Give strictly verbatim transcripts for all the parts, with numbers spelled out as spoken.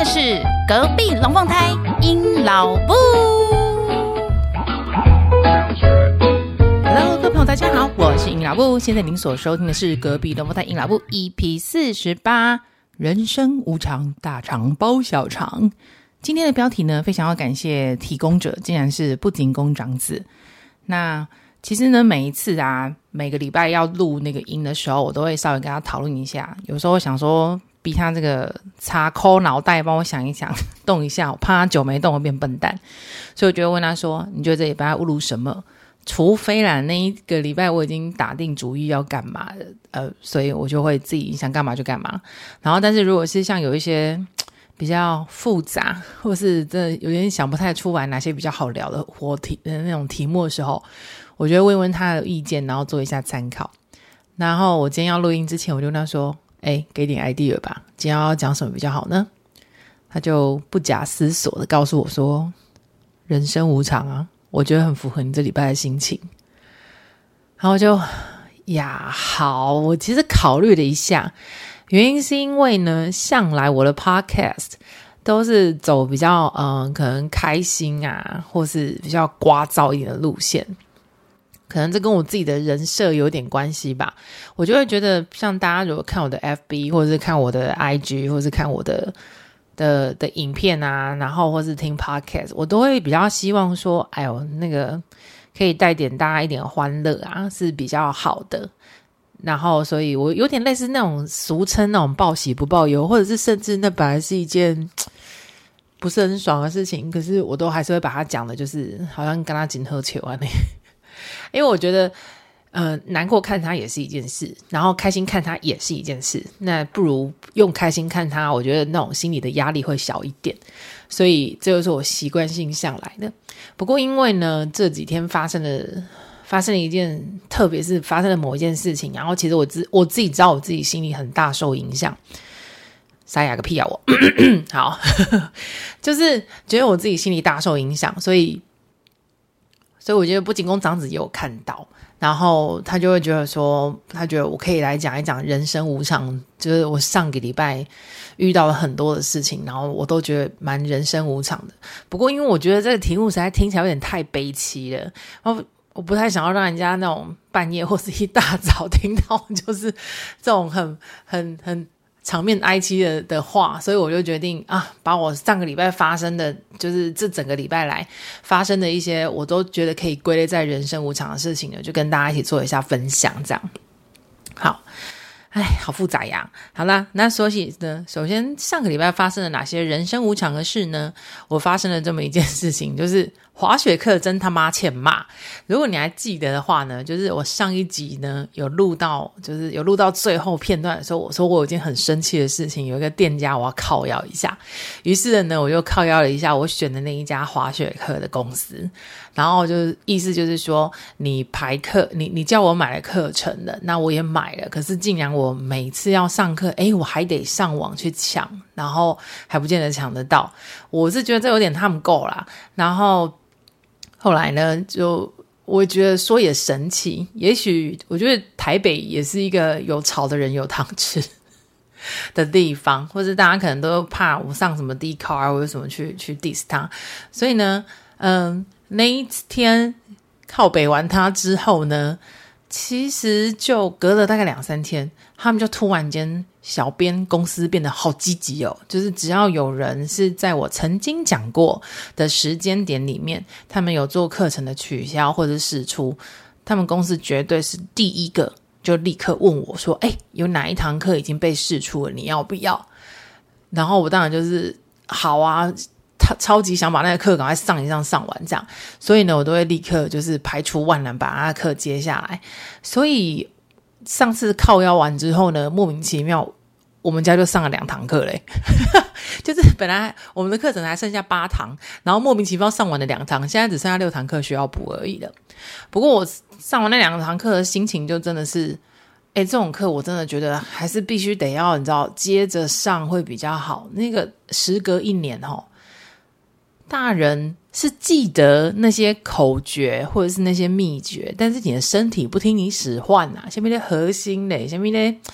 的是隔壁龙凤胎鹰老布。Hello， 各位朋友，大家好，我是鹰老布。现在您所收听的是隔壁龙凤胎鹰老布 E P 四十八，人生无常，大肠包小肠。今天的标题呢，非常要感谢提供者，竟然是不仅宫长子。那其实呢，每一次啊，每个礼拜要录那个音的时候，我都会稍微跟他讨论一下。有时候想说，逼他这个插抠脑袋，帮我想一想，动一下，我怕他久没动会变笨蛋，所以我就会问他说：“你觉得这礼拜要录什么？”除非啦，那一个礼拜我已经打定主意要干嘛了，呃，所以我就会自己想干嘛就干嘛。然后，但是如果是像有一些比较复杂，或是真的有点想不太出来哪些比较好聊的活题的那种题目的时候，我就会问问他的意见，然后做一下参考。然后我今天要录音之前，我就跟他说：“哎，给点 idea 吧，今天要讲什么比较好呢？”他就不假思索的告诉我说：“人生无常啊，我觉得很符合你这礼拜的心情。”然后我就呀，好，我其实考虑了一下，原因是因为呢，向来我的 podcast 都是走比较嗯、呃，可能开心啊，或是比较聒噪一点的路线。可能这跟我自己的人设有点关系吧，我就会觉得像大家如果看我的 F B 或者是看我的 I G 或者是看我的的的影片啊，然后或是听 podcast， 我都会比较希望说，哎呦，那个可以带点大家一点欢乐啊，是比较好的。然后所以我有点类似那种俗称那种报喜不报忧，或者是甚至那本来是一件不是很爽的事情，可是我都还是会把它讲的就是好像跟他紧喝球啊那因为我觉得呃，难过看他也是一件事，然后开心看他也是一件事，那不如用开心看他，我觉得那种心理的压力会小一点，所以这就是我习惯性向来的。不过因为呢这几天发生了发生了一件，特别是发生了某一件事情，然后其实我自我自己知道我自己心里很大受影响。沙哑个屁啊我好就是觉得我自己心里大受影响，所以所以我觉得不仅宫长子也有看到，然后他就会觉得说，他觉得我可以来讲一讲人生无常，就是我上个礼拜遇到了很多的事情，然后我都觉得蛮人生无常的。不过因为我觉得这个题目实在听起来有点太悲戚了，然后我不太想要让人家那种半夜或是一大早听到就是这种很很很场面哀戚 的, 的话，所以我就决定啊，把我上个礼拜发生的，就是这整个礼拜来发生的一些我都觉得可以归类在人生无常的事情呢，就跟大家一起做一下分享这样。好，哎，好复杂呀。好啦，那说起呢，首先上个礼拜发生了哪些人生无常的事呢？我发生了这么一件事情，就是滑雪课真他妈欠骂。如果你还记得的话呢，就是我上一集呢有录到，就是有录到最后片段的时候，我说我有一件很生气的事情，有一个店家我要靠腰一下，于是呢我就靠腰了一下我选的那一家滑雪课的公司，然后就是意思就是说，你排课，你你叫我买了课程的，那我也买了，可是竟然我每次要上课，诶，我还得上网去抢，然后还不见得抢得到，我是觉得这有点他们够啦。然后后来呢，就我觉得说也神奇，也许我觉得台北也是一个有草的人有糖吃的地方，或者大家可能都怕我上什么 Dcard 或者什么去去 diss 他，所以呢，嗯，那一天靠北完他之后呢，其实就隔了大概两三天，他们就突然间小编公司变得好积极哦，就是只要有人是在我曾经讲过的时间点里面，他们有做课程的取消或者释出，他们公司绝对是第一个就立刻问我说，诶，有哪一堂课已经被释出了，你要不要？然后我当然就是好啊，他超级想把那个课赶快上一上上完这样，所以呢我都会立刻就是排除万难把他的课接下来。所以上次靠腰完之后呢，莫名其妙我们家就上了两堂课嘞就是本来我们的课程还剩下八堂，然后莫名其妙上完了两堂，现在只剩下六堂课需要补而已了。不过我上完那两堂课的心情就真的是，诶，这种课我真的觉得还是必须得要你知道接着上会比较好。那个时隔一年齁，大人是记得那些口诀或者是那些秘诀，但是你的身体不听你使唤啊，下面的核心嘞，下面的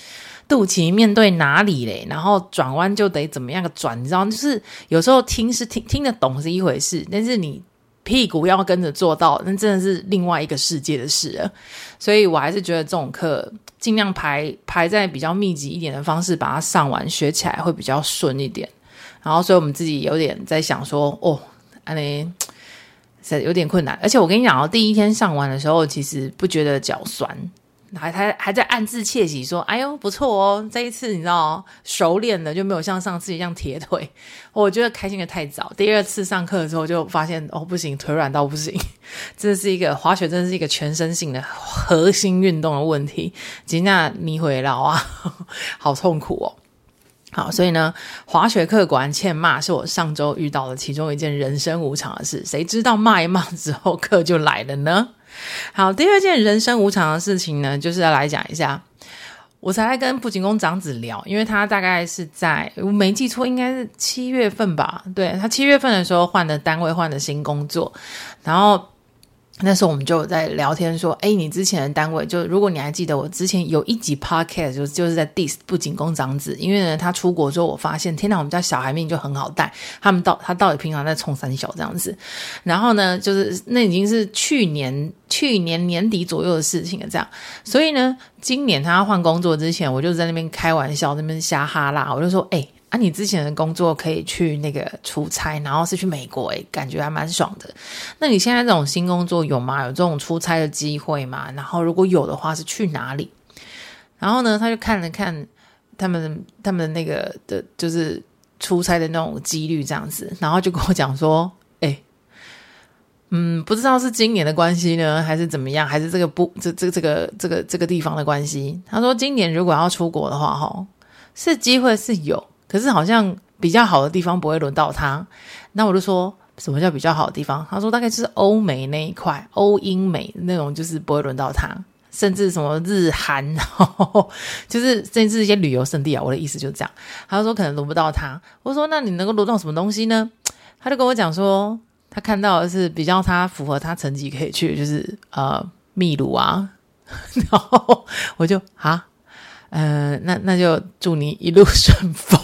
肚脐面对哪里嘞，然后转弯就得怎么样个转，你知道，就是有时候听是听听得懂是一回事，但是你屁股要跟着做到，那真的是另外一个世界的事了。所以我还是觉得这种课尽量排排在比较密集一点的方式把它上完，学起来会比较顺一点。然后所以我们自己有点在想说，哦，安尼有点困难。而且我跟你讲，第一天上完的时候其实不觉得脚酸，还还还在暗自窃喜说，哎呦不错哦，这一次你知道熟练了，就没有像上次一样铁腿。我觉得开心的太早，第二次上课的时候就发现，哦不行，腿软到不行。这是一个滑雪，真的是一个全身性的核心运动的问题，真的你回老啊，好痛苦哦。好，所以呢，滑雪课果然欠骂，是我上周遇到的其中一件人生无常的事。谁知道骂一骂之后，课就来了呢？好，第二件人生无常的事情呢，就是要来讲一下，我才来跟卜景公长子聊，因为他大概是在我没记错，应该是七月份吧。对，他七月份的时候换了单位，换了新工作，然后那时候我们就在聊天说，哎，你之前的单位，就如果你还记得我之前有一集 podcast 就就是在 diss 卜景公长子，因为呢他出国之后我发现天哪，我们家小孩命就很好带，他们到他到底平常在冲三小这样子。然后呢就是那已经是去年去年年底左右的事情了这样。所以呢今年他要换工作之前，我就在那边开玩笑，那边瞎哈拉，我就说，哎啊，你之前的工作可以去那个出差，然后是去美国，诶，感觉还蛮爽的。那你现在这种新工作有吗？有这种出差的机会吗？然后如果有的话，是去哪里？然后呢，他就看了看他们他们那个的，就是出差的那种几率这样子，然后就跟我讲说，诶，嗯，不知道是今年的关系呢，还是怎么样，还是这个不这这这个这个这个地方的关系。他说，今年如果要出国的话，齁，是机会是有。可是好像比较好的地方不会轮到他。那我就说，什么叫比较好的地方？他说大概就是欧美那一块，欧英美那种就是不会轮到他，甚至什么日韩，呵呵，就是甚至一些旅游胜地啊。我的意思就是这样。他说可能轮不到他。我说那你能够轮到什么东西呢？他就跟我讲说，他看到的是比较他符合他成绩可以去的，就是呃秘鲁啊。然后我就啊。呃，那那就祝你一路顺风。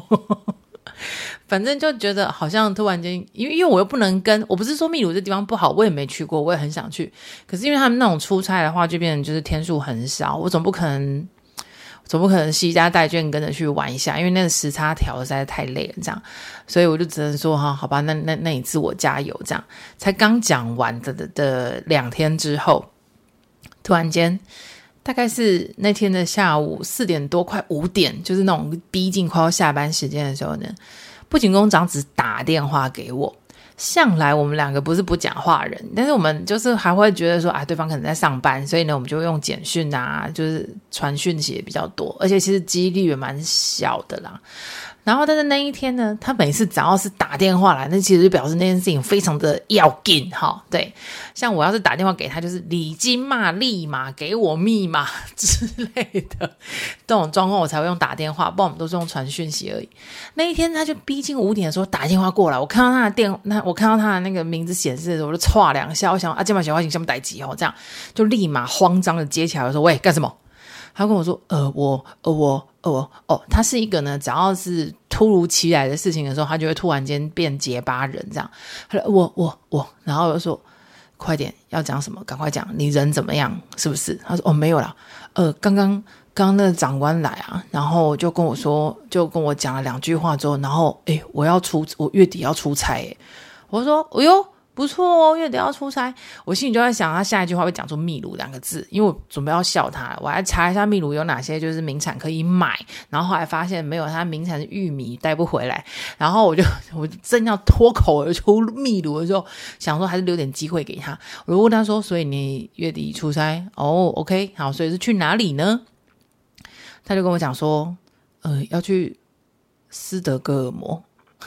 反正就觉得好像突然间，因为因为我又不能跟，我不是说秘鲁这地方不好，我也没去过，我也很想去。可是因为他们那种出差的话，就变成就是天数很少，我总不可能，总不可能惜家带眷跟着去玩一下，因为那个时差调的实在是太累了，这样，所以我就只能说哈，好吧，那那那你自我加油，这样。才刚讲完的的的两天之后，突然间。大概是那天的下午四点多快五点，就是那种逼近快要下班时间的时候呢，卜景公长子打电话给我。向来我们两个不是不讲话人，但是我们就是还会觉得说啊，对方可能在上班，所以呢我们就会用简讯啊，就是传讯息也比较多，而且其实几率也蛮小的啦。然后但是那一天呢，他每次只要是打电话来，那其实就表示那件事情非常的要紧哈。对，像我要是打电话给他，就是礼金嘛，立马给我密码之类的这种状况，我才会用打电话，不然我们都是用传讯息而已。那一天他就逼近五点的时候打电话过来，我看到他的电，那我看到他的那个名字显示的时候，我就唰两下，我想啊，今晚小花型什么代志哦，这样就立马慌张的接起来，我说喂，干什么？他跟我说，呃，我，呃，我，呃，我，哦，他是一个呢，只要是突如其来的事情的时候，他就会突然间变结巴人这样。他说，我，我，我，然后我就说，快点，要讲什么？赶快讲，你人怎么样？是不是？他说，哦，没有啦，呃，刚刚刚刚那个长官来啊，然后就跟我说，就跟我讲了两句话之后，然后，诶，我要出，我月底要出差，诶，我说，哎呦。不错哦，月底要出差，我心里就在想他下一句话会讲出秘鲁两个字，因为我准备要笑他，我还查一下秘鲁有哪些就是名产可以买，然后后来发现没有，他名产是玉米带不回来，然后我就我正要脱口而出秘鲁的时候，想说还是留点机会给他，我就问他说，所以你月底出差哦 OK 好，所以是去哪里呢？他就跟我讲说呃，要去斯德哥尔摩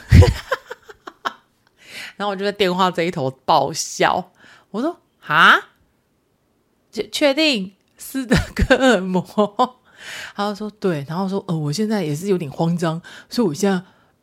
然后我就在电话这一头爆笑，我说哈，确定斯德哥尔摩？他就说对，然后说呃，我现在也是有点慌张，所以我现在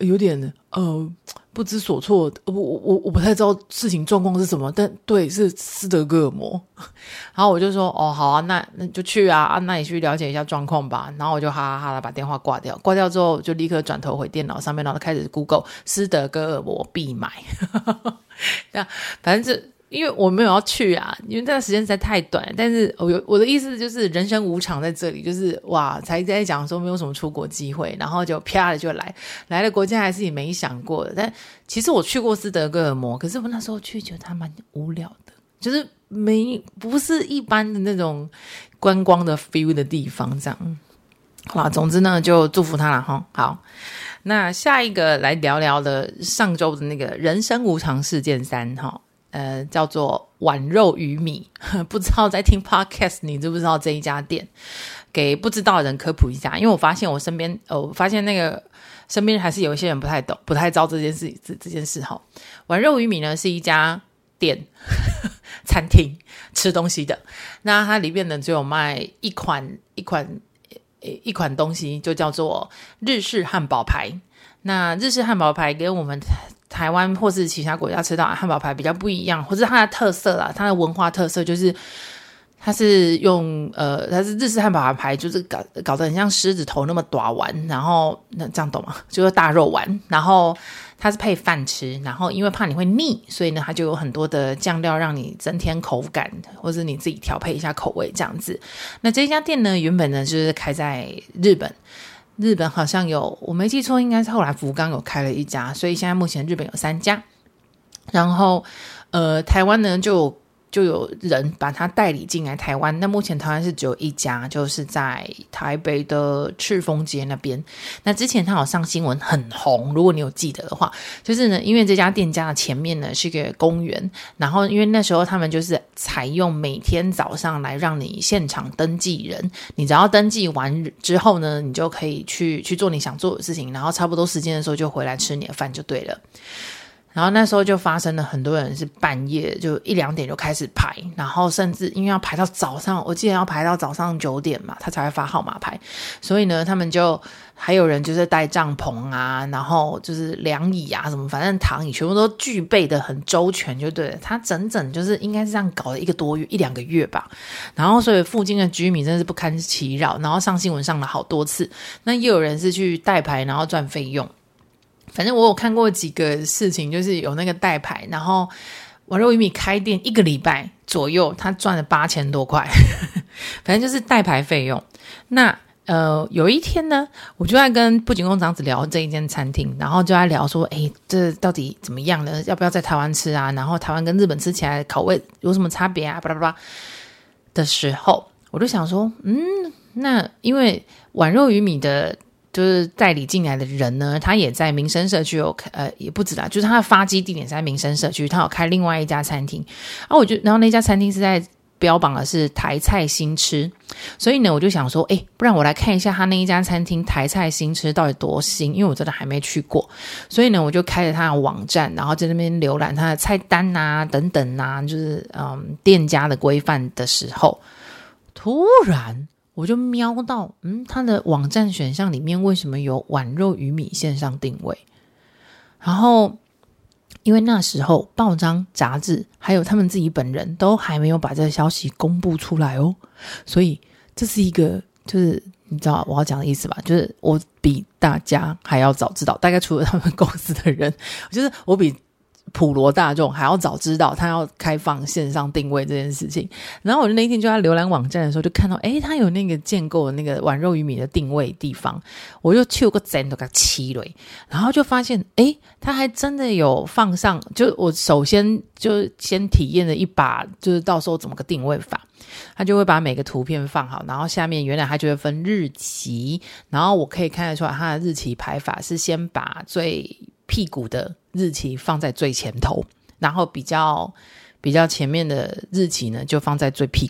有点呃不知所措，我我我不太知道事情状况是什么，但对是斯德哥尔摩。然后我就说哦好啊，那那就去啊啊，那你去了解一下状况吧。然后我就哈哈哈的把电话挂掉，挂掉之后就立刻转头回电脑上面，然后开始 Google 斯德哥尔摩必买。那反正这。因为我没有要去啊，因为这段时间实在太短，但是我有我的意思就是人生无常在这里，就是哇才在讲说没有什么出国机会，然后就啪的就来来了国家还是你没想过的。但其实我去过斯德哥尔摩，可是我那时候去觉得它蛮无聊的，就是没不是一般的那种观光的 feel 的地方这样。好啦，总之呢就祝福他啦齁。好，那下一个来聊聊的上周的那个人生无常事件三齁。呃，叫做碗肉鱼米，不知道在听 podcast 你知不知道这一家店？给不知道的人科普一下，因为我发现我身边，呃，我发现那个身边还是有一些人不太懂，不太知道这件事，这这件事哈。碗肉鱼米呢是一家店，餐厅吃东西的，那它里面呢只有卖一款一款一款东西，就叫做日式汉堡排。那日式汉堡排跟我们台湾或是其他国家吃到的汉堡排比较不一样，或是它的特色啦，它的文化特色就是它是用呃，它是日式汉堡排，就是搞搞得很像狮子头那么大碗，然后那这样懂吗？就是大肉丸，然后它是配饭吃，然后因为怕你会腻，所以呢它就有很多的酱料让你增添口感，或是你自己调配一下口味这样子。那这家店呢原本呢就是开在日本。日本好像有，我没记错应该是后来福冈有开了一家，所以现在目前日本有三家。然后呃，台湾呢就就有人把它代理进来台湾，那目前台湾是只有一家，就是在台北的赤峰街那边。那之前它有上新闻很红，如果你有记得的话，就是呢因为这家店家的前面呢是一个公园，然后因为那时候他们就是采用每天早上来让你现场登记人，你只要登记完之后呢你就可以去去做你想做的事情，然后差不多时间的时候就回来吃你的饭就对了。然后那时候就发生了很多人是半夜就一两点就开始排，然后甚至因为要排到早上，我记得要排到早上九点嘛他才会发号码牌，所以呢他们就还有人就是带帐篷啊，然后就是凉椅啊什么，反正躺椅全部都具备的很周全就对了。他整整就是应该是这样搞了一个多月一两个月吧，然后所以附近的居民真的是不堪其扰，然后上新闻上了好多次。那也有人是去代排然后赚费用，反正我有看过几个事情，就是有那个代牌，然后碗肉鱼米开店一个礼拜左右他赚了八千多块反正就是代牌费用。那呃，有一天呢我就在跟不仅工长子聊这一间餐厅，然后就在聊说诶这到底怎么样呢，要不要在台湾吃啊，然后台湾跟日本吃起来口味有什么差别啊巴拉巴拉的时候，我就想说嗯，那因为碗肉鱼米的就是代理进来的人呢，他也在民生社区有呃也不止啦，就是他的发基地点是在民生社区，他有开另外一家餐厅啊，我就然后那家餐厅是在标榜的是台菜新吃，所以呢我就想说诶不然我来看一下他那一家餐厅台菜新吃到底多新，因为我真的还没去过，所以呢我就开了他的网站，然后在那边浏览他的菜单啊等等啊，就是嗯店家的规范的时候，突然我就瞄到嗯，他的网站选项里面为什么有碗肉鱼米线上定位，然后因为那时候报章杂志还有他们自己本人都还没有把这个消息公布出来哦，所以这是一个就是你知道我要讲的意思吧，就是我比大家还要早知道，大概除了他们公司的人，就是我比普罗大众还要早知道他要开放线上定位这件事情。然后我就那一天就在浏览网站的时候就看到诶他有那个建构的那个碗肉鱼米的定位地方，我就去个赞都给他七了，然后就发现诶他还真的有放上，就我首先就先体验了一把就是到时候怎么个定位法，他就会把每个图片放好，然后下面原来他就会分日期，然后我可以看得出来他的日期排法是先把最屁股的日期放在最前头，然后比较比较前面的日期呢就放在最屁股，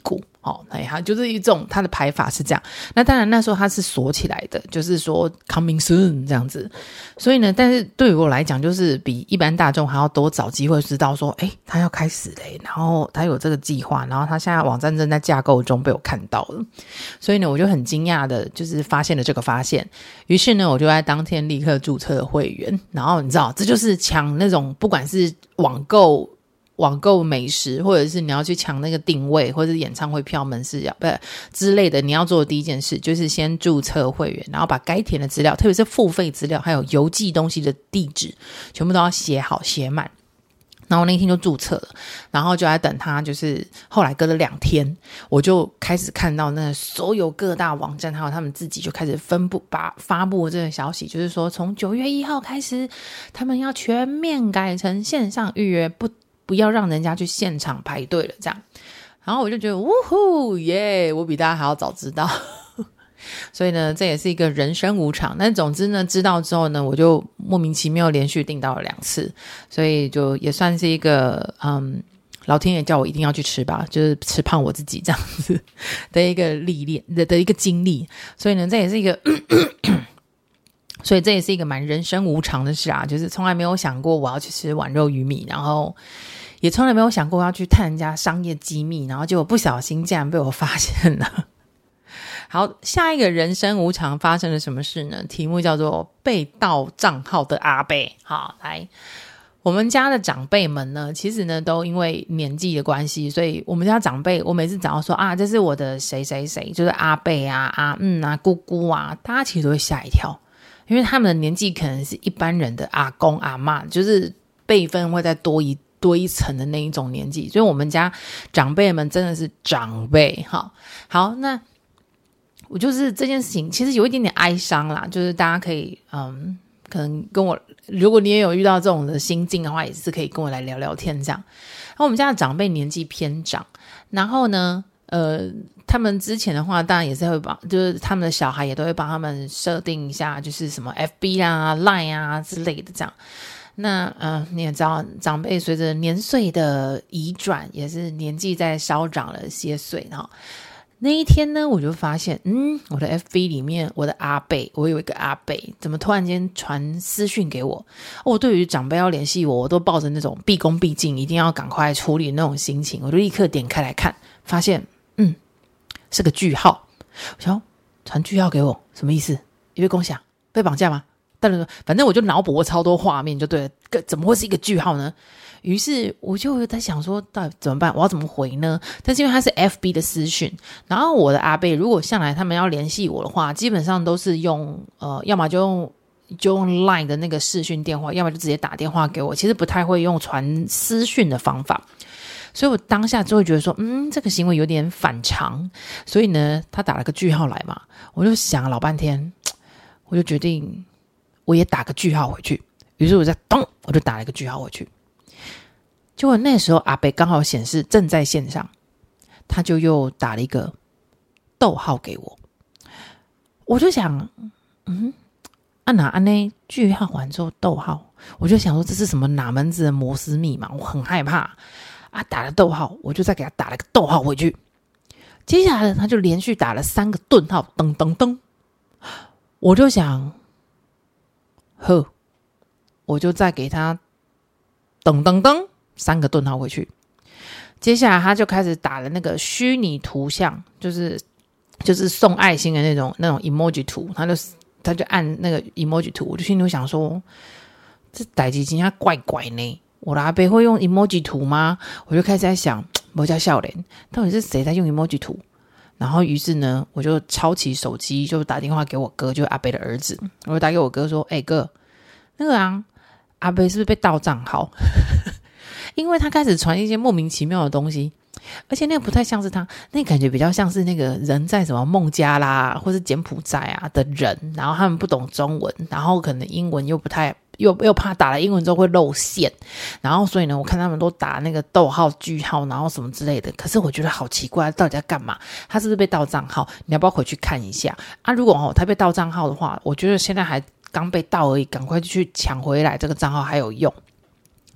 哦，哎，他就是一种他的排法是这样。那当然那时候他是锁起来的，就是说 coming soon 这样子。所以呢，但是对于我来讲，就是比一般大众还要多找机会知道说，哎，他要开始嘞，然后他有这个计划，然后他现在网站正在架构中被我看到了。所以呢，我就很惊讶的，就是发现了这个发现。于是呢，我就在当天立刻注册了会员。然后你知道，这就是抢那种不管是网购。网购美食，或者是你要去抢那个定位，或者是演唱会票门市要不之类的，你要做的第一件事就是先注册会员，然后把该填的资料，特别是付费资料还有邮寄东西的地址全部都要写好写满。然后那一天就注册了，然后就在等他，就是后来隔了两天，我就开始看到那所有各大网站还有他们自己就开始分布把发布这个消息，就是说从九月一号开始他们要全面改成线上预约，不不要让人家去现场排队了这样。然后我就觉得呜呼耶，我比大家还要早知道所以呢这也是一个人生无常。但总之呢知道之后呢，我就莫名其妙连续订到了两次，所以就也算是一个嗯，老天爷叫我一定要去吃吧，就是吃胖我自己这样子的一个历练 的, 的一个经历。所以呢这也是一个所以这也是一个蛮人生无常的事啊，就是从来没有想过我要去吃碗肉鱼米，然后也从来没有想过要去探人家商业机密，然后结果不小心竟然被我发现了。好，下一个人生无常发生了什么事呢？题目叫做被盗账号的阿伯。好，来，我们家的长辈们呢，其实呢都因为年纪的关系，所以我们家长辈，我每次讲到说啊，这是我的谁谁谁，就是阿伯啊、阿嗯啊、姑姑啊，大家其实都会吓一跳，因为他们的年纪可能是一般人的阿公阿嬷，就是辈分会再多一多一层的那一种年纪，所以我们家长辈们真的是长辈。好，好，那我就是这件事情其实有一点点哀伤啦，就是大家可以嗯，可能跟我，如果你也有遇到这种的心境的话，也是可以跟我来聊聊天这样。然后我们家的长辈年纪偏长，然后呢呃，他们之前的话当然也是会帮，就是他们的小孩也都会帮他们设定一下，就是什么 F B 啊 Line 啊之类的这样。那呃，你也知道长辈随着年岁的移转，也是年纪在稍长了些岁哈。那一天呢，我就发现嗯，我的 F B 里面我的阿伯，我有一个阿伯怎么突然间传私讯给我。我、哦、对于长辈要联系我，我都抱着那种毕恭毕敬一定要赶快处理那种心情，我就立刻点开来看，发现嗯，是个句号。我想传句号给我什么意思？因为共享被绑架吗？反正我就脑补超多画面就对了，怎么会是一个句号呢？于是我就在想说到底怎么办，我要怎么回呢？但是因为它是 F B 的私讯，然后我的阿伯如果向来他们要联系我的话，基本上都是用呃，要么就用就用 Line 的那个视讯电话，要么就直接打电话给我，其实不太会用传私讯的方法。所以我当下就会觉得说嗯，这个行为有点反常，所以呢他打了个句号来嘛，我就想了老半天，我就决定我也打个句号回去。于是我在咚我就打了一个句号回去，结果那时候阿伯刚好显示正在线上，他就又打了一个逗号给我。我就想嗯，按哪按呢句号完之后逗号，我就想说这是什么哪门子的摩斯密码，我很害怕啊，打了逗号我就再给他打了个逗号回去。接下来他就连续打了三个顿号，噔噔噔。我就想呵，我就再给他噔噔噔三个顿号回去。接下来他就开始打了那个虚拟图像，就是就是送爱心的那种那种 emoji 图，他就他就按那个 emoji 图，我就心里想说这代志真的怪怪呢，我的阿伯会用 emoji 图吗？我就开始在想没叫笑脸，到底是谁在用 emoji 图？然后于是呢我就抄起手机就打电话给我哥，就阿伯的儿子，我就打给我哥说，哎、欸、哥，那个啊阿伯是不是被盗账号？因为他开始传一些莫名其妙的东西，而且那个不太像是他，那感觉比较像是那个人在什么孟加拉或是柬埔寨啊的人，然后他们不懂中文，然后可能英文又不太又又怕打了英文之后会露馅，然后所以呢我看他们都打那个逗号句号然后什么之类的，可是我觉得好奇怪，到底在干嘛？他是不是被盗账号？你要不要回去看一下啊？如果、哦、他被盗账号的话，我觉得现在还刚被盗而已，赶快去抢回来，这个账号还有用。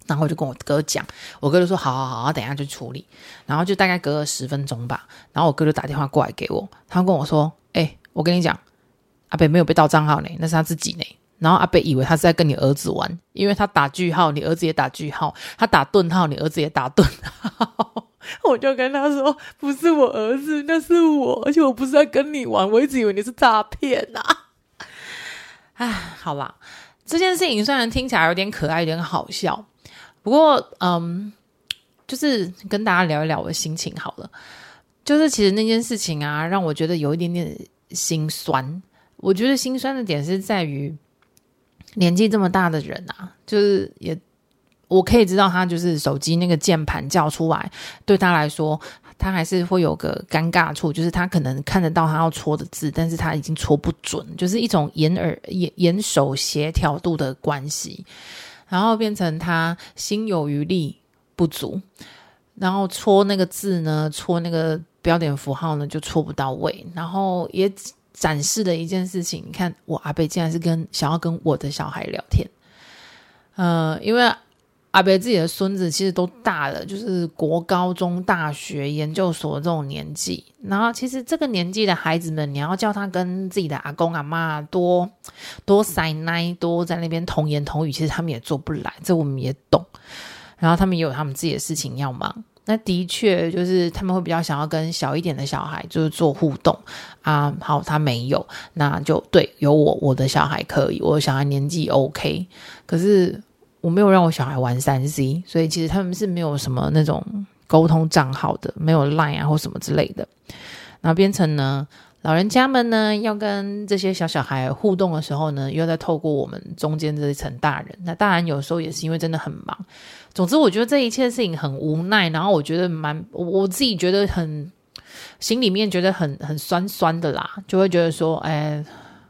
然后我就跟我哥讲，我哥就说好好好，等一下就处理。然后就大概隔了十分钟吧，然后我哥就打电话过来给我，他跟我说哎、欸，我跟你讲阿北没有被盗账号呢，那是他自己呢。然后阿北以为他是在跟你儿子玩，因为他打句号你儿子也打句号，他打顿号你儿子也打顿号。我就跟他说不是我儿子，那是我，而且我不是在跟你玩，我一直以为你是诈骗啊。唉，好啦，这件事情虽然听起来有点可爱有点好笑，不过嗯，就是跟大家聊一聊我的心情好了。就是其实那件事情啊让我觉得有一点点心酸，我觉得心酸的点是在于年纪这么大的人啊，就是也我可以知道他就是手机那个键盘叫出来对他来说他还是会有个尴尬处，就是他可能看得到他要戳的字，但是他已经戳不准，就是一种眼耳眼眼手协调度的关系，然后变成他心有余力不足，然后戳那个字呢，戳那个标点符号呢就戳不到位，然后也展示了一件事情，你看我阿伯竟然是跟想要跟我的小孩聊天，呃，因为阿伯自己的孙子其实都大了，就是国高中大学研究所这种年纪，然后其实这个年纪的孩子们你要叫他跟自己的阿公阿嬷多多塞奶多在那边童言童语，其实他们也做不来，这我们也懂，然后他们也有他们自己的事情要忙，那的确就是他们会比较想要跟小一点的小孩就是做互动啊，好他没有，那就对有我我的小孩可以，我的小孩年纪 OK， 可是我没有让我小孩玩 三 C， 所以其实他们是没有什么那种沟通账号的，没有 LINE 啊或什么之类的，然后变成呢老人家们呢要跟这些小小孩互动的时候呢，又要再透过我们中间这一层大人，那当然有时候也是因为真的很忙，总之我觉得这一切事情很无奈，然后我觉得蛮我自己觉得很心里面觉得很很酸酸的啦，就会觉得说哎，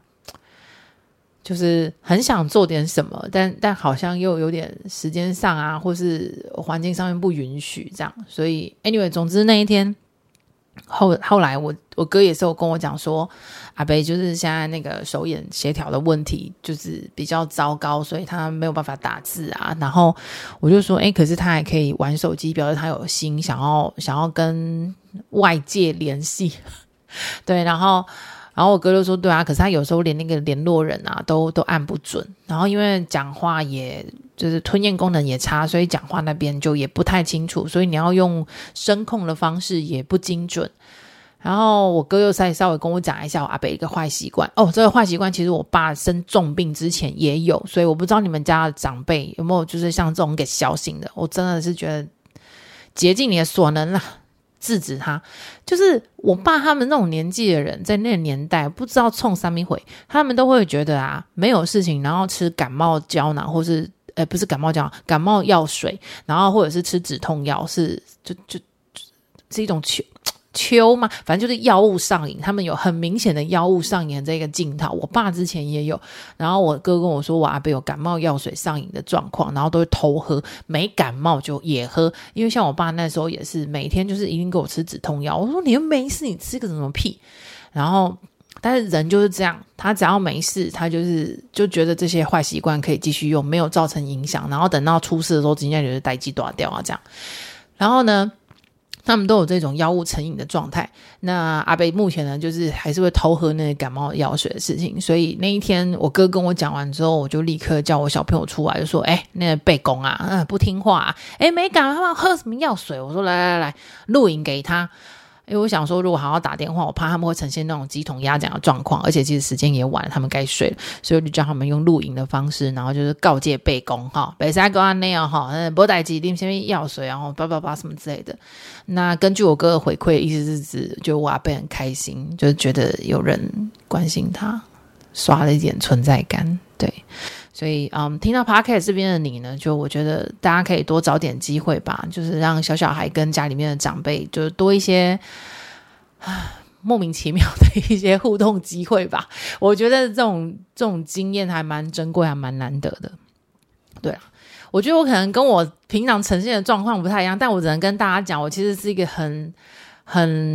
就是很想做点什么，但但好像又有点时间上啊或是环境上面不允许这样，所以 anyway 总之那一天后后来我我哥也是有跟我讲说阿伯就是现在那个手眼协调的问题就是比较糟糕，所以他没有办法打字啊，然后我就说诶可是他还可以玩手机，表示他有心想要想要跟外界联系对，然后然后我哥就说对啊，可是他有时候连那个联络人啊都都按不准，然后因为讲话也就是吞咽功能也差，所以讲话那边就也不太清楚，所以你要用声控的方式也不精准。然后我哥又再稍微跟我讲一下我阿伯一个坏习惯哦，这个坏习惯其实我爸生重病之前也有，所以我不知道你们家的长辈有没有就是像这种给小醒的，我真的是觉得竭尽你的所能啦制止他。就是我爸他们那种年纪的人在那个年代不知道冲三米回，他们都会觉得啊没有事情，然后吃感冒胶囊或是呃不是感冒胶囊感冒药水，然后或者是吃止痛药是就就就是一种秋秋嘛，反正就是药物上瘾，他们有很明显的药物上瘾的这个镜头，我爸之前也有，然后我哥跟我说我阿伯有感冒药水上瘾的状况，然后都会偷喝，没感冒就也喝，因为像我爸那时候也是每天就是一定给我吃止痛药，我说你又没事你吃个什么屁，然后但是人就是这样，他只要没事他就是就觉得这些坏习惯可以继续用，没有造成影响，然后等到出事的时候直接就是代际断掉啊这样，然后呢他们都有这种药物成瘾的状态，那阿伯目前呢就是还是会偷喝那个感冒药水的事情，所以那一天我哥跟我讲完之后，我就立刻叫我小朋友出来就说诶那个贝公啊、嗯、不听话啊，诶没感冒喝什么药水，我说来来来录影给他，因为我想说如果好好打电话我怕他们会呈现那种鸡同鸭讲的状况，而且其实时间也晚他们该睡了，所以我就叫他们用录影的方式，然后就是告诫贝公哈不要跟他那样哈没事情喝什么药水然后叭叭叭什么之类的。那根据我哥的回馈意思是指就我阿伯很开心，就是觉得有人关心他，刷了一点存在感，对，所以嗯，听到 Podcast 这边的你呢，就我觉得大家可以多找点机会吧，就是让小小孩跟家里面的长辈就是多一些莫名其妙的一些互动机会吧，我觉得这种这种经验还蛮珍贵还蛮难得的。对啊，我觉得我可能跟我平常呈现的状况不太一样，但我只能跟大家讲我其实是一个很很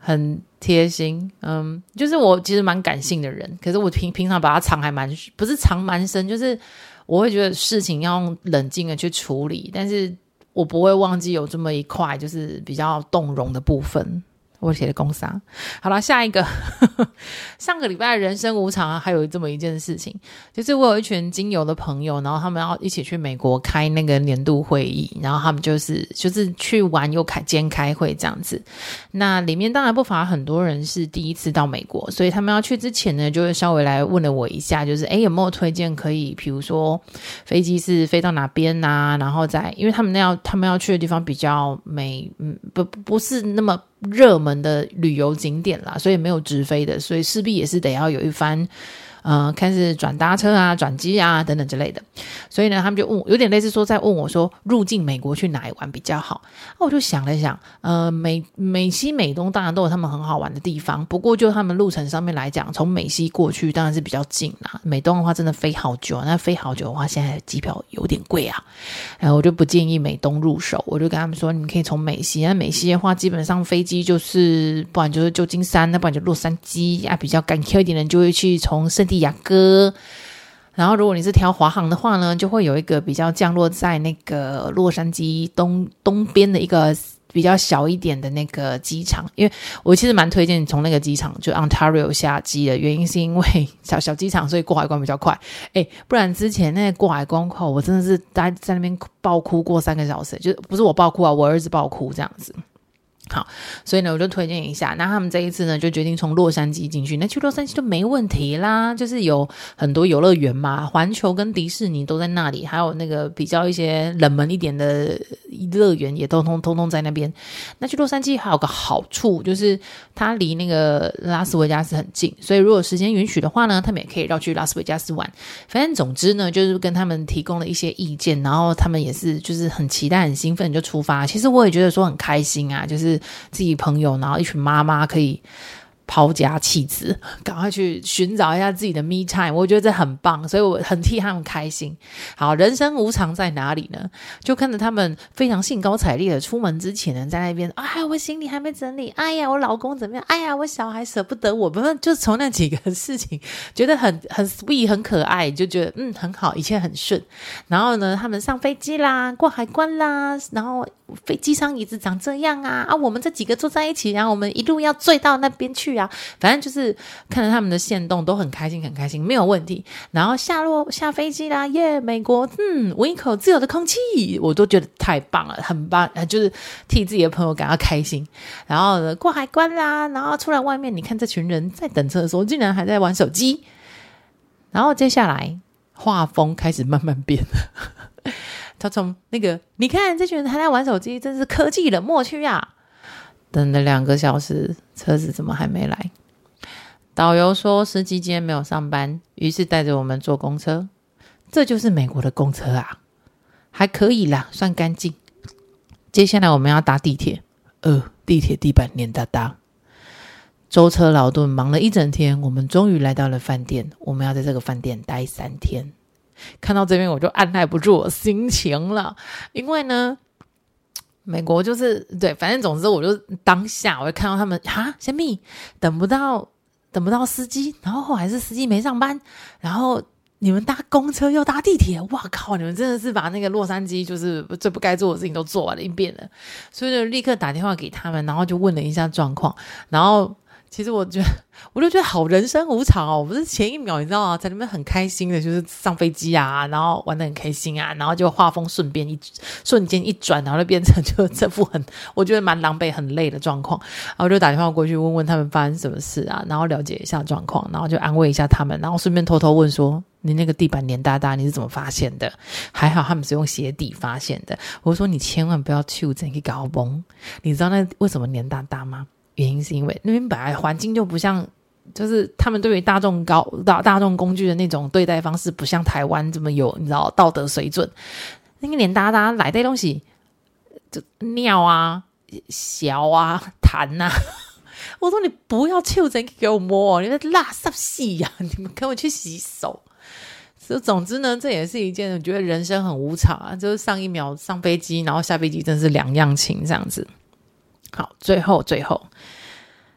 很贴心，嗯，就是我其实蛮感性的人，可是我平平常把它藏还蛮，不是藏蛮深，就是我会觉得事情要用冷静的去处理，但是我不会忘记有这么一块就是比较动容的部分。我写的公司啊，好了，下一个上个礼拜人生无常、啊、还有这么一件事情，就是我有一群精油的朋友，然后他们要一起去美国开那个年度会议，然后他们就是就是去玩又开兼开会这样子。那里面当然不乏很多人是第一次到美国，所以他们要去之前呢，就会稍微来问了我一下，就是诶有没有推荐可以，比如说飞机是飞到哪边啊，然后再因为他们那要他们要去的地方比较美，嗯，不不是那么热门的旅游景点啦，所以没有直飞的，所以势必也是得要有一番呃，看是转搭车啊、转机啊等等之类的。所以呢，他们就问我，有点类似说在问我说，入境美国去哪里玩比较好？那我就想了想，呃，美美西美东当然都有他们很好玩的地方，不过就他们路程上面来讲，从美西过去当然是比较近啦。美东的话真的飞好久，那飞好久的话，现在机票有点贵啊，呃，我就不建议美东入手。我就跟他们说，你们可以从美西，那美西的话，基本上飞机就是不然就是旧金山，那不然就洛杉矶啊，比较敢挑一点的人就会去从圣地亚哥。然后如果你是挑华航的话呢，就会有一个比较降落在那个洛杉矶东东边的一个比较小一点的那个机场，因为我其实蛮推荐从那个机场就 Ontario 下机的，原因是因为小小机场所以过海关比较快，诶不然之前那个过海关口我真的是在在那边爆哭过三个小时，就不是我爆哭啊，我儿子爆哭这样子。好，所以呢我就推荐一下，那他们这一次呢就决定从洛杉矶进去，那去洛杉矶就没问题啦，就是有很多游乐园嘛，环球跟迪士尼都在那里，还有那个比较一些冷门一点的乐园也都通通通在那边。那去洛杉矶还有个好处，就是它离那个拉斯维加斯很近，所以如果时间允许的话呢，他们也可以绕去拉斯维加斯玩。反正总之呢就是跟他们提供了一些意见，然后他们也是就是很期待很兴奋就出发。其实我也觉得说很开心啊，就是自己朋友然后一群妈妈可以抛家弃子赶快去寻找一下自己的 me time， 我觉得这很棒，所以我很替他们开心。好，人生无常在哪里呢？就看着他们非常兴高采烈的出门之前呢，在那边哎我行李还没整理，哎呀我老公怎么样，哎呀我小孩舍不得我，不是就从那几个事情觉得很很 sweet 很可爱，就觉得嗯很好，一切很顺。然后呢他们上飞机啦，过海关啦，然后飞机上椅子长这样啊啊，我们这几个坐在一起，然后我们一路要醉到那边去啊，反正就是看着他们的限动都很开心很开心，没有问题。然后下落下飞机啦，耶、yeah, 美国嗯闻一口自由的空气，我都觉得太棒了，很棒，就是替自己的朋友感到开心。然后呢过海关啦，然后出来外面，你看这群人在等车的时候竟然还在玩手机。然后接下来画风开始慢慢变他从那个你看这群人还在玩手机，真是科技冷漠区啊，等了两个小时车子怎么还没来？导游说司机今天没有上班，于是带着我们坐公车。这就是美国的公车啊，还可以啦，算干净。接下来我们要搭地铁，呃，地铁地板黏哒哒。舟车劳顿忙了一整天，我们终于来到了饭店，我们要在这个饭店待三天。看到这边我就按耐不住我心情了，因为呢美国就是对，反正总之我就当下我就看到他们哈什么等不到等不到司机，然后后来是司机没上班，然后你们搭公车又搭地铁，哇靠，你们真的是把那个洛杉矶就是最不该做的事情都做完了一遍了。所以就立刻打电话给他们，然后就问了一下状况，然后其实我觉得我就觉得好人生无常哦，我不是前一秒你知道吗，在那边很开心的就是上飞机啊，然后玩得很开心啊，然后就画风顺便一瞬间一转，然后就变成就这副很我觉得蛮狼狈很累的状况。然后就打电话过去问问他们发生什么事啊，然后了解一下状况，然后就安慰一下他们，然后顺便偷偷问说你那个地板黏哒哒你是怎么发现的？还好他们是用鞋底发现的。我说你千万不要去整个搞崩，你知道那为什么黏哒哒吗？原因是因为那边本来环境就不像，就是他们对于大众高大大众工具的那种对待方式不像台湾这么有你知道道德水准。那个黏哒哒来的东西就尿啊小啊痰啊我说你不要去整个给我摸，你在垃圾戏呀，你们跟我去洗手。所以总之呢这也是一件我觉得人生很无常啊，就是上一秒上飞机然后下飞机真是两样情这样子。好，最后最后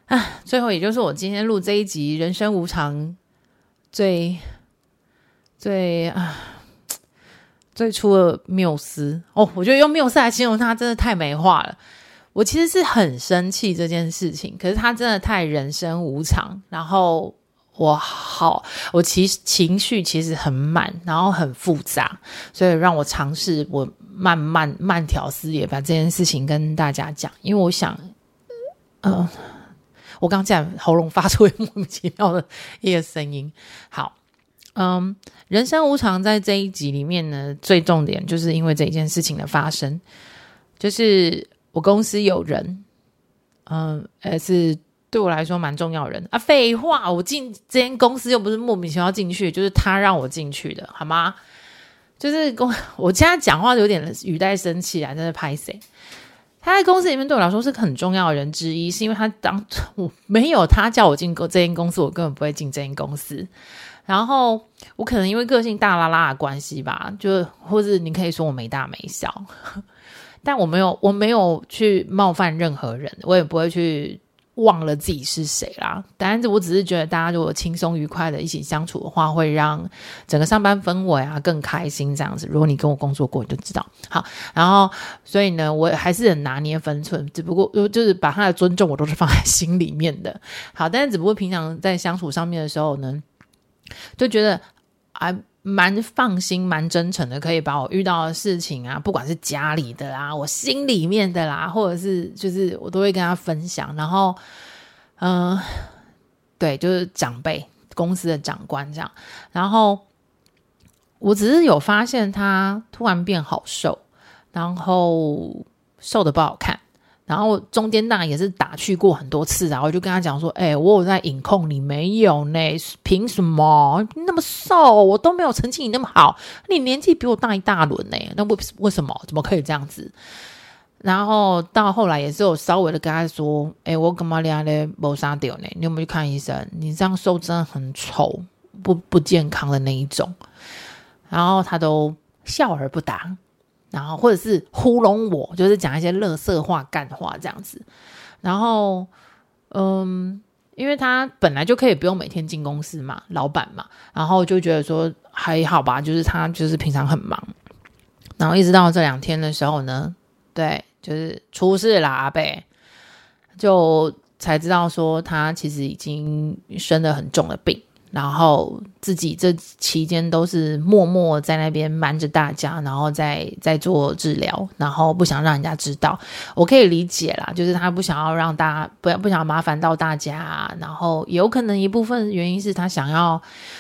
啊，最后也就是我今天录这一集人生无常最最啊最初的缪斯哦，我觉得用缪斯来形容他真的太美化了。我其实是很生气这件事情，可是他真的太人生无常，然后我好我其情绪其实很满，然后很复杂，所以让我尝试我慢慢慢条斯理把这件事情跟大家讲，因为我想呃我刚才喉咙发出莫名其妙的一个声音。好，嗯，人生无常在这一集里面呢，最重点就是因为这件事情的发生，就是我公司有人，嗯，呃，是对我来说蛮重要的人啊。废话，我进这间公司又不是莫名其妙进去，就是他让我进去的，好吗？就是公，我现在讲话有点语带生气啊，真的拍谁？他在公司里面对我来说是很重要的人之一，是因为他当我没有他叫我进这间公司，我根本不会进这间公司。然后我可能因为个性大拉拉的关系吧，就或是你可以说我没大没小。但我没有，我没有去冒犯任何人，我也不会去忘了自己是谁啦。但是我只是觉得大家如果轻松愉快的一起相处的话，会让整个上班氛围啊更开心这样子。如果你跟我工作过，你就知道。好，然后所以呢，我还是很拿捏分寸，只不过就是把他的尊重我都是放在心里面的。好，但是只不过平常在相处上面的时候呢，就觉得啊。蛮放心蛮真诚的，可以把我遇到的事情啊，不管是家里的啦，我心里面的啦，或者是就是我都会跟他分享。然后嗯、呃，对，就是长辈公司的长官这样。然后我只是有发现他突然变好瘦，然后瘦的不好看，然后中间当然也是打趣过很多次，然后我就跟他讲说，哎、欸，我有在饮控，你没有呢，凭什么那么瘦？我都没有成绩你那么好，你年纪比我大一大轮呢，那为为什么？怎么可以这样子？然后到后来也是有稍微的跟他说，哎、欸，我干嘛俩咧没啥掉呢？你有没有去看医生？你这样瘦真的很丑，不不健康的那一种。然后他都笑而不答。然后或者是糊弄我，就是讲一些垃圾话干话这样子。然后嗯，因为他本来就可以不用每天进公司嘛，老板嘛，然后就觉得说还好吧，就是他就是平常很忙。然后一直到这两天的时候呢，对，就是出事啦，阿伯就才知道说他其实已经生了很重的病，然后自己这期间都是默默在那边瞒着大家，然后在在做治疗，然后不想让人家知道。我可以理解啦，就是他不想要让大家不不想要麻烦到大家，然后有可能一部分原因是他想要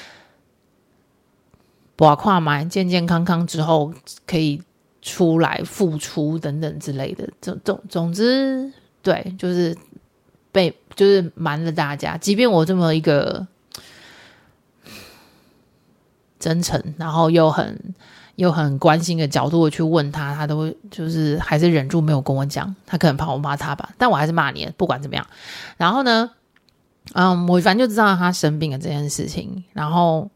拔跨买健健康康之后可以出来复出等等之类的。总总总之，对，就是被就是瞒了大家，即便我这么一个真诚，然后又很又很关心的角度去问他，他都会就是还是忍住没有跟我讲，他可能怕我骂他吧，但我还是骂你，不管怎么样。然后呢，嗯，我反正就知道他生病了这件事情，然后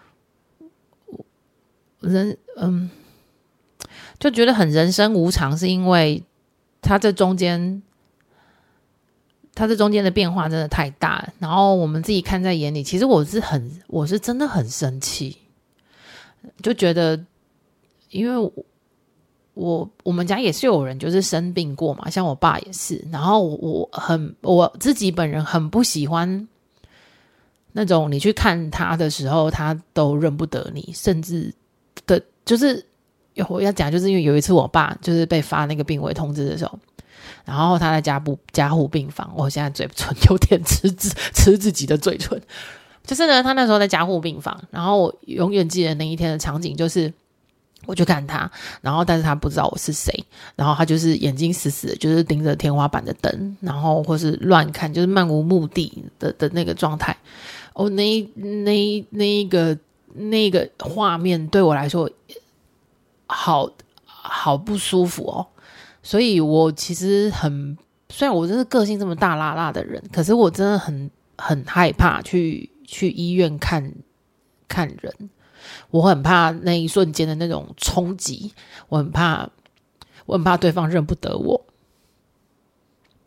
人嗯就觉得很人生无常，是因为他这中间。他这中间的变化真的太大了，然后我们自己看在眼里，其实我是很我是真的很生气，就觉得因为我我我们家也是有人就是生病过嘛，像我爸也是，然后我很我自己本人很不喜欢那种你去看他的时候他都认不得你，甚至的就是我要讲就是因为有一次我爸就是被发那个病危通知的时候，然后他在加护加护病房，我现在嘴唇有点吃自吃自己的嘴唇。就是呢，他那时候在加护病房，然后我永远记得那一天的场景，就是我去看他，然后但是他不知道我是谁，然后他就是眼睛死死的，就是盯着天花板的灯，然后或是乱看，就是漫无目的的的那个状态。哦，那那那一个那个画面对我来说，好好不舒服哦。所以我其实很，虽然我真是个性这么大辣辣的人，可是我真的很很害怕去去医院看看人，我很怕那一瞬间的那种冲击，我很怕我很怕对方认不得我。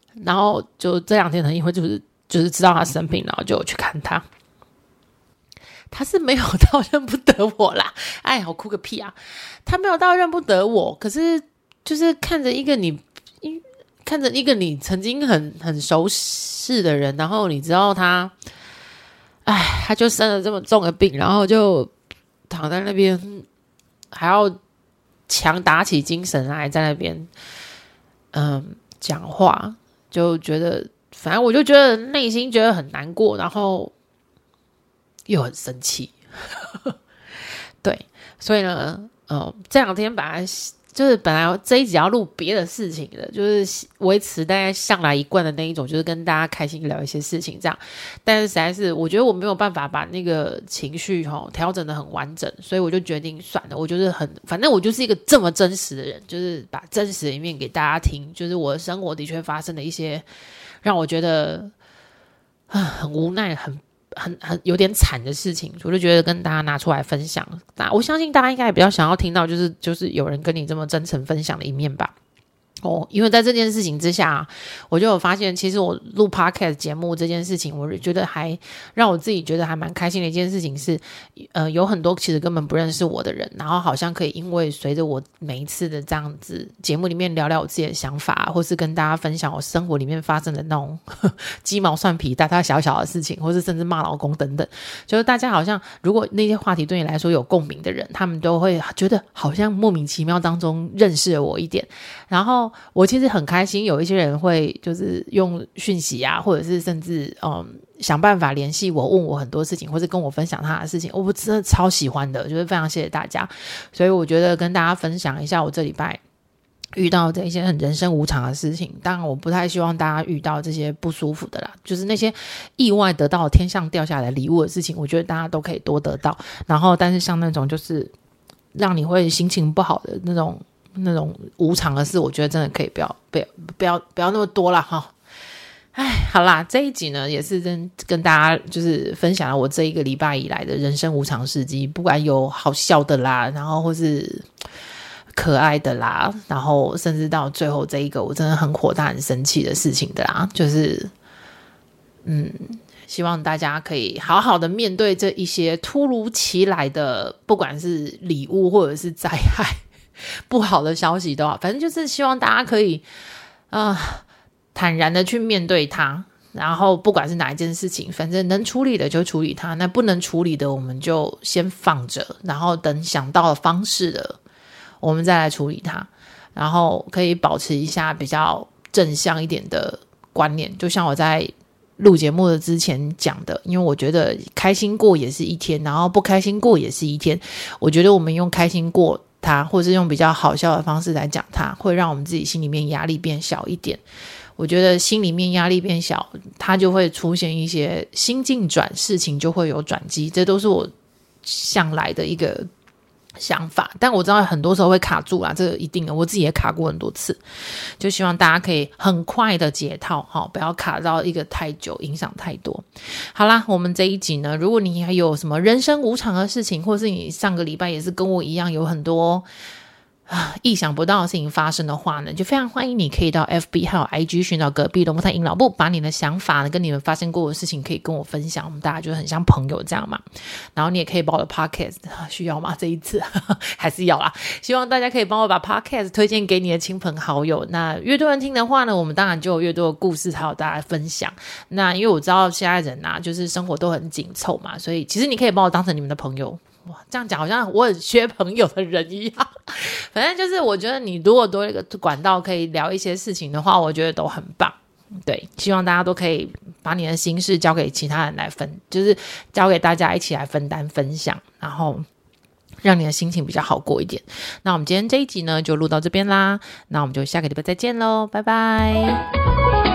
然后就这两天呢，因为就是就是知道他生病，然后就有去看他。他是没有到认不得我啦，哎，我哭个屁啊！他没有到认不得我，可是就是看着一个你，看着一个你曾经很很熟识的人，然后你知道他，哎，他就生了这么重的病，然后就躺在那边，还要强打起精神来在那边，嗯，讲话，就觉得，反正我就觉得内心觉得很难过，然后又很生气，对，所以呢，呃，这两天本来就是本来这一集要录别的事情的，就是维持大概向来一贯的那一种，就是跟大家开心聊一些事情这样。但是实在是我觉得我没有办法把那个情绪齁调整得很完整，所以我就决定算了，我就是很反正我就是一个这么真实的人，就是把真实的一面给大家听，就是我的生活的确发生了一些让我觉得啊很无奈很很很有点惨的事情，我就觉得跟大家拿出来分享。那我相信大家应该也比较想要听到，就是就是有人跟你这么真诚分享的一面吧。哦，因为在这件事情之下，我就有发现，其实我录 podcast 节目这件事情，我觉得还让我自己觉得还蛮开心的一件事情是，呃，有很多其实根本不认识我的人，然后好像可以因为随着我每一次的这样子节目里面聊聊我自己的想法，或是跟大家分享我生活里面发生的那种鸡毛蒜皮大大小小的事情，或是甚至骂老公等等，就是大家好像如果那些话题对你来说有共鸣的人，他们都会觉得好像莫名其妙当中认识了我一点，然后我其实很开心，有一些人会就是用讯息啊，或者是甚至嗯想办法联系我，问我很多事情，或者跟我分享他的事情，我真的超喜欢的，就是非常谢谢大家。所以我觉得跟大家分享一下我这礼拜遇到这一些很人生无常的事情，当然我不太希望大家遇到这些不舒服的啦，就是那些意外得到天上掉下来的礼物的事情，我觉得大家都可以多得到。然后但是像那种就是让你会心情不好的那种那种无常的事，我觉得真的可以不要不要不要不要那么多啦齁。哎，好啦，这一集呢也是跟跟大家就是分享了我这一个礼拜以来的人生无常事迹，不管有好笑的啦，然后或是可爱的啦，然后甚至到最后这一个我真的很火大很生气的事情的啦，就是嗯希望大家可以好好的面对这一些突如其来的不管是礼物或者是灾害不好的消息都好，反正就是希望大家可以啊、呃、坦然的去面对它，然后不管是哪一件事情，反正能处理的就处理它，那不能处理的我们就先放着，然后等想到的方式的我们再来处理它，然后可以保持一下比较正向一点的观念，就像我在录节目的之前讲的，因为我觉得开心过也是一天，然后不开心过也是一天，我觉得我们用开心过它，或是用比较好笑的方式来讲它，会让我们自己心里面压力变小一点。我觉得心里面压力变小，它就会出现一些心境转，事情就会有转机，这都是我向来的一个想法，但我知道很多时候会卡住啦，这个一定的，我自己也卡过很多次，就希望大家可以很快的解套齁，不要卡到一个太久，影响太多。好啦，我们这一集呢，如果你还有什么人生无常的事情，或是你上个礼拜也是跟我一样有很多啊，意想不到的事情发生的话呢，就非常欢迎你可以到 F B 还有 I G 寻找隔壁龙凤胎阴老部，把你的想法跟你们发生过的事情可以跟我分享，我们大家就很像朋友这样嘛。然后你也可以把我的 podcast 需要吗？这一次还是要啦，希望大家可以帮我把 podcast 推荐给你的亲朋好友，那越多人听的话呢，我们当然就有越多的故事还有大家分享。那因为我知道现在人啊就是生活都很紧凑嘛，所以其实你可以把我当成你们的朋友。哇，这样讲好像我很缺朋友的人一样。反正就是我觉得你如果多一个管道可以聊一些事情的话，我觉得都很棒。对，希望大家都可以把你的心事交给其他人来分，就是交给大家一起来分担分享，然后让你的心情比较好过一点。那我们今天这一集呢就录到这边啦，那我们就下个礼拜再见咯，拜拜。